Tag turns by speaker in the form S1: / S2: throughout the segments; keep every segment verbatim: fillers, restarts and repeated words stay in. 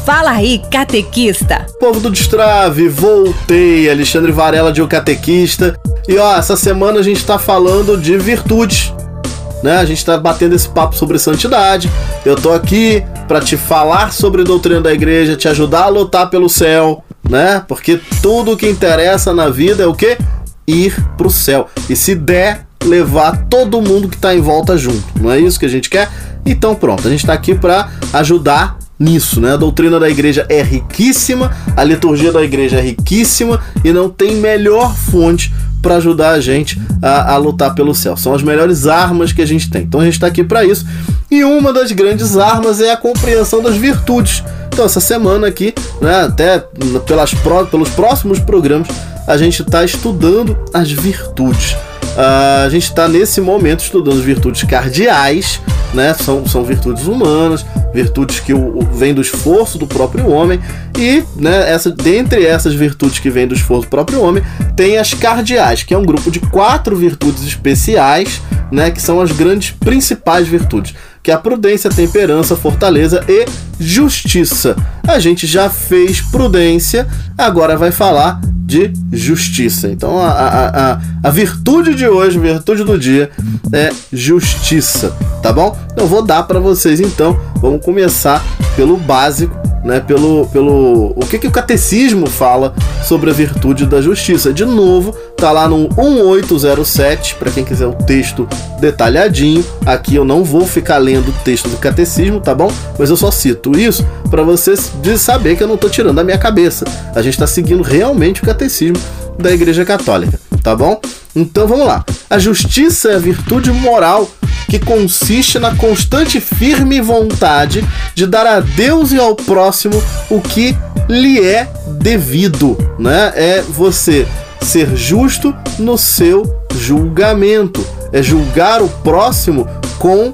S1: Fala aí, catequista!
S2: Povo do Destrave, voltei, Alexandre Varela de O Catequista. E ó, essa semana a gente tá falando de virtudes, né? A gente tá batendo esse papo sobre santidade. Eu tô aqui pra te falar sobre a doutrina da igreja, te ajudar a lutar pelo céu, né? Porque tudo que interessa na vida é o quê? Ir pro céu. E se der, levar todo mundo que tá em volta junto. Não é isso que a gente quer? Então pronto, a gente tá aqui pra ajudar nisso, né? A doutrina da igreja é riquíssima, a liturgia da igreja é riquíssima e não tem melhor fonte para ajudar a gente a, a lutar pelo céu. São as melhores armas que a gente tem. Então a gente está aqui para isso. E uma das grandes armas é a compreensão das virtudes. Então essa semana aqui, né, até pelas, pelos próximos programas, a gente está estudando as virtudes. Uh, a gente está nesse momento estudando as virtudes cardeais, né? São, são virtudes humanas, virtudes que o, o, vêm do esforço do próprio homem. E, né, essa, dentre essas virtudes que vêm do esforço do próprio homem, tem as cardeais, que é um grupo de quatro virtudes especiais, né, que são as grandes principais virtudes, que é a prudência, temperança, fortaleza e justiça. A gente já fez prudência, agora vai falar de justiça. Então a, a, a, a virtude de hoje, a virtude do dia é justiça, tá bom? Eu vou dar para vocês então, vamos começar pelo básico, né? Pelo, pelo o que, que o catecismo fala sobre a virtude da justiça. De novo, tá lá no um oito zero sete, para quem quiser o texto detalhadinho. Aqui eu não vou ficar lendo o texto do catecismo, tá bom? Mas eu só cito isso para vocês saber que eu não tô tirando da minha cabeça. A gente tá seguindo realmente o catecismo da Igreja Católica, tá bom? Então vamos lá. A justiça é a virtude moral que consiste na constante e firme vontade de dar a Deus e ao próximo o que lhe é devido, né? É você ser justo no seu julgamento, é julgar o próximo com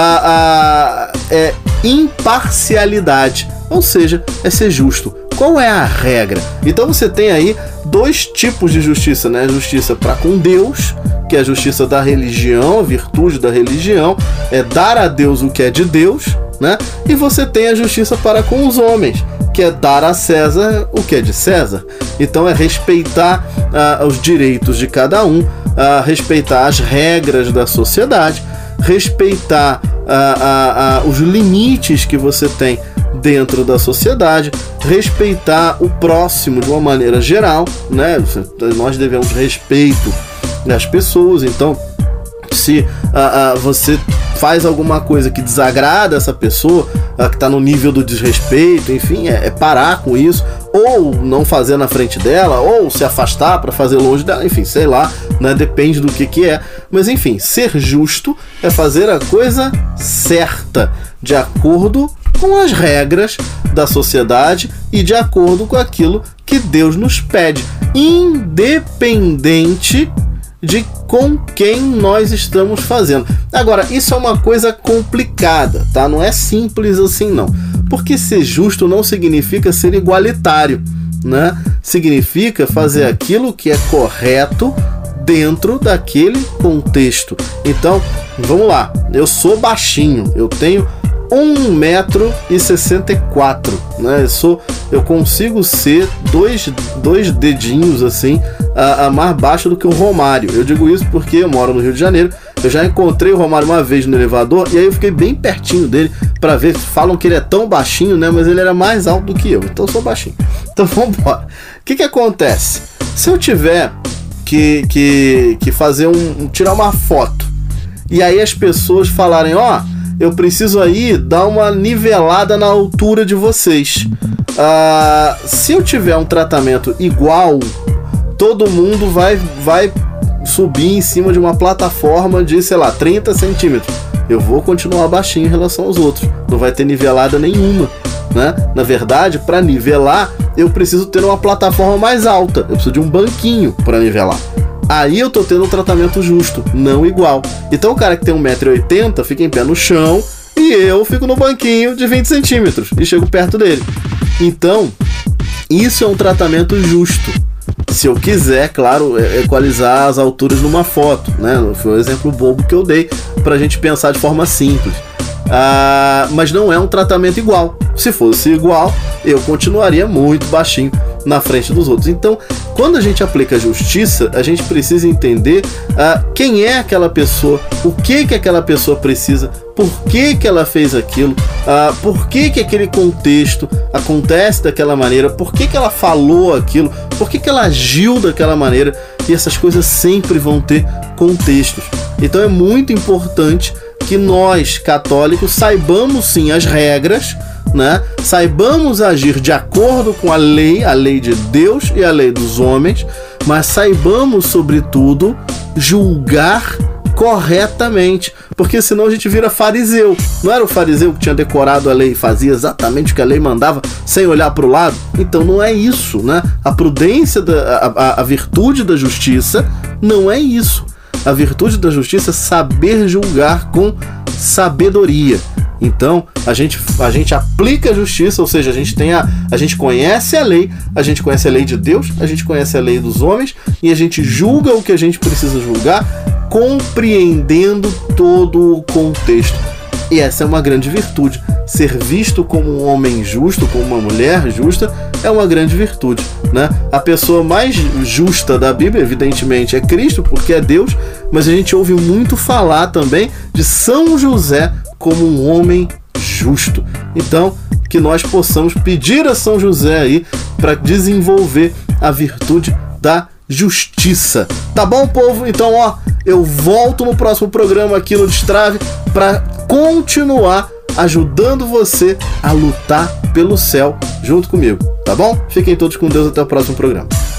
S2: a, a é, imparcialidade, ou seja, é ser justo. Qual é a regra? Então você tem aí dois tipos de justiça, né? Justiça para com Deus, que é a justiça da religião, a virtude da religião, é dar a Deus o que é de Deus, né? E você tem a justiça para com os homens, que é dar a César o que é de César. Então é respeitar uh, os direitos de cada um, uh, respeitar as regras da sociedade, respeitar uh, uh, uh, os limites que você tem dentro da sociedade, respeitar o próximo de uma maneira geral, né? Nós devemos respeito às pessoas. Então, se uh, uh, você faz alguma coisa que desagrada essa pessoa, uh, que está no nível do desrespeito, enfim, é, é parar com isso, ou não fazer na frente dela, ou se afastar para fazer longe dela, enfim, sei lá, né? Depende do que que é. Mas enfim, ser justo é fazer a coisa certa, de acordo com as regras da sociedade e de acordo com aquilo que Deus nos pede, independente de com quem nós estamos fazendo. Agora, isso é uma coisa complicada, tá? Não é simples assim, não. Porque ser justo não significa ser igualitário, né? Significa fazer aquilo que é correto dentro daquele contexto. Então, vamos lá. Eu sou baixinho, eu tenho um metro e sessenta e quatro, né? Eu, sou, eu consigo ser dois, dois dedinhos assim a, a mais baixo do que o Romário. Eu digo isso porque eu moro no Rio de Janeiro. Eu já encontrei o Romário uma vez no elevador e aí eu fiquei bem pertinho dele para ver. Falam que ele é tão baixinho, né? Mas ele era mais alto do que eu, então eu sou baixinho. Então vamos embora. O que que acontece? Se eu tiver que, que, que fazer um, tirar uma foto e aí as pessoas falarem, ó, oh, eu preciso aí dar uma nivelada na altura de vocês. Uh, se eu tiver um tratamento igual, todo mundo vai, vai subir em cima de uma plataforma de, sei lá, trinta centímetros. Eu vou continuar baixinho em relação aos outros. Não vai ter nivelada nenhuma, né? Na verdade, para nivelar, eu preciso ter uma plataforma mais alta. Eu preciso de um banquinho para nivelar. Aí eu tô tendo um tratamento justo, não igual. Então o cara que tem um metro e oitenta fica em pé no chão e eu fico no banquinho de vinte centímetros e chego perto dele. Então, isso é um tratamento justo. Se eu quiser, claro, equalizar as alturas numa foto, né? Foi um exemplo bobo que eu dei pra gente pensar de forma simples. Ah, mas não é um tratamento igual. Se fosse igual, eu continuaria muito baixinho na frente dos outros. Então, quando a gente aplica a justiça, a gente precisa entender ah, quem é aquela pessoa, o que que aquela pessoa precisa, por que que ela fez aquilo, ah, por que que aquele contexto acontece daquela maneira, por que que ela falou aquilo, por que que ela agiu daquela maneira, e essas coisas sempre vão ter contextos. Então é muito importante que nós, católicos, saibamos sim as regras, né? Saibamos agir de acordo com a lei, a lei de Deus e a lei dos homens, mas saibamos, sobretudo, julgar corretamente, porque senão a gente vira fariseu. Não era o fariseu que tinha decorado a lei e fazia exatamente o que a lei mandava sem olhar para o lado? Então não é isso, né? A prudência, da, a, a virtude da justiça não é isso. A virtude da justiça é saber julgar com sabedoria. Então, a gente, a gente aplica a justiça, ou seja, a gente, tem a, a gente conhece a lei, a gente conhece a lei de Deus, a gente conhece a lei dos homens, e a gente julga o que a gente precisa julgar, compreendendo todo o contexto. E essa é uma grande virtude. Ser visto como um homem justo, como uma mulher justa, é uma grande virtude, né? A pessoa mais justa da Bíblia, evidentemente, é Cristo, porque é Deus, mas a gente ouve muito falar também de São José como um homem justo. Então, que nós possamos pedir a São José aí para desenvolver a virtude da justiça. Tá bom, povo? Então, ó, eu volto no próximo programa aqui no Destrave para continuar ajudando você a lutar pelo céu junto comigo, tá bom? Fiquem todos com Deus, até o próximo programa.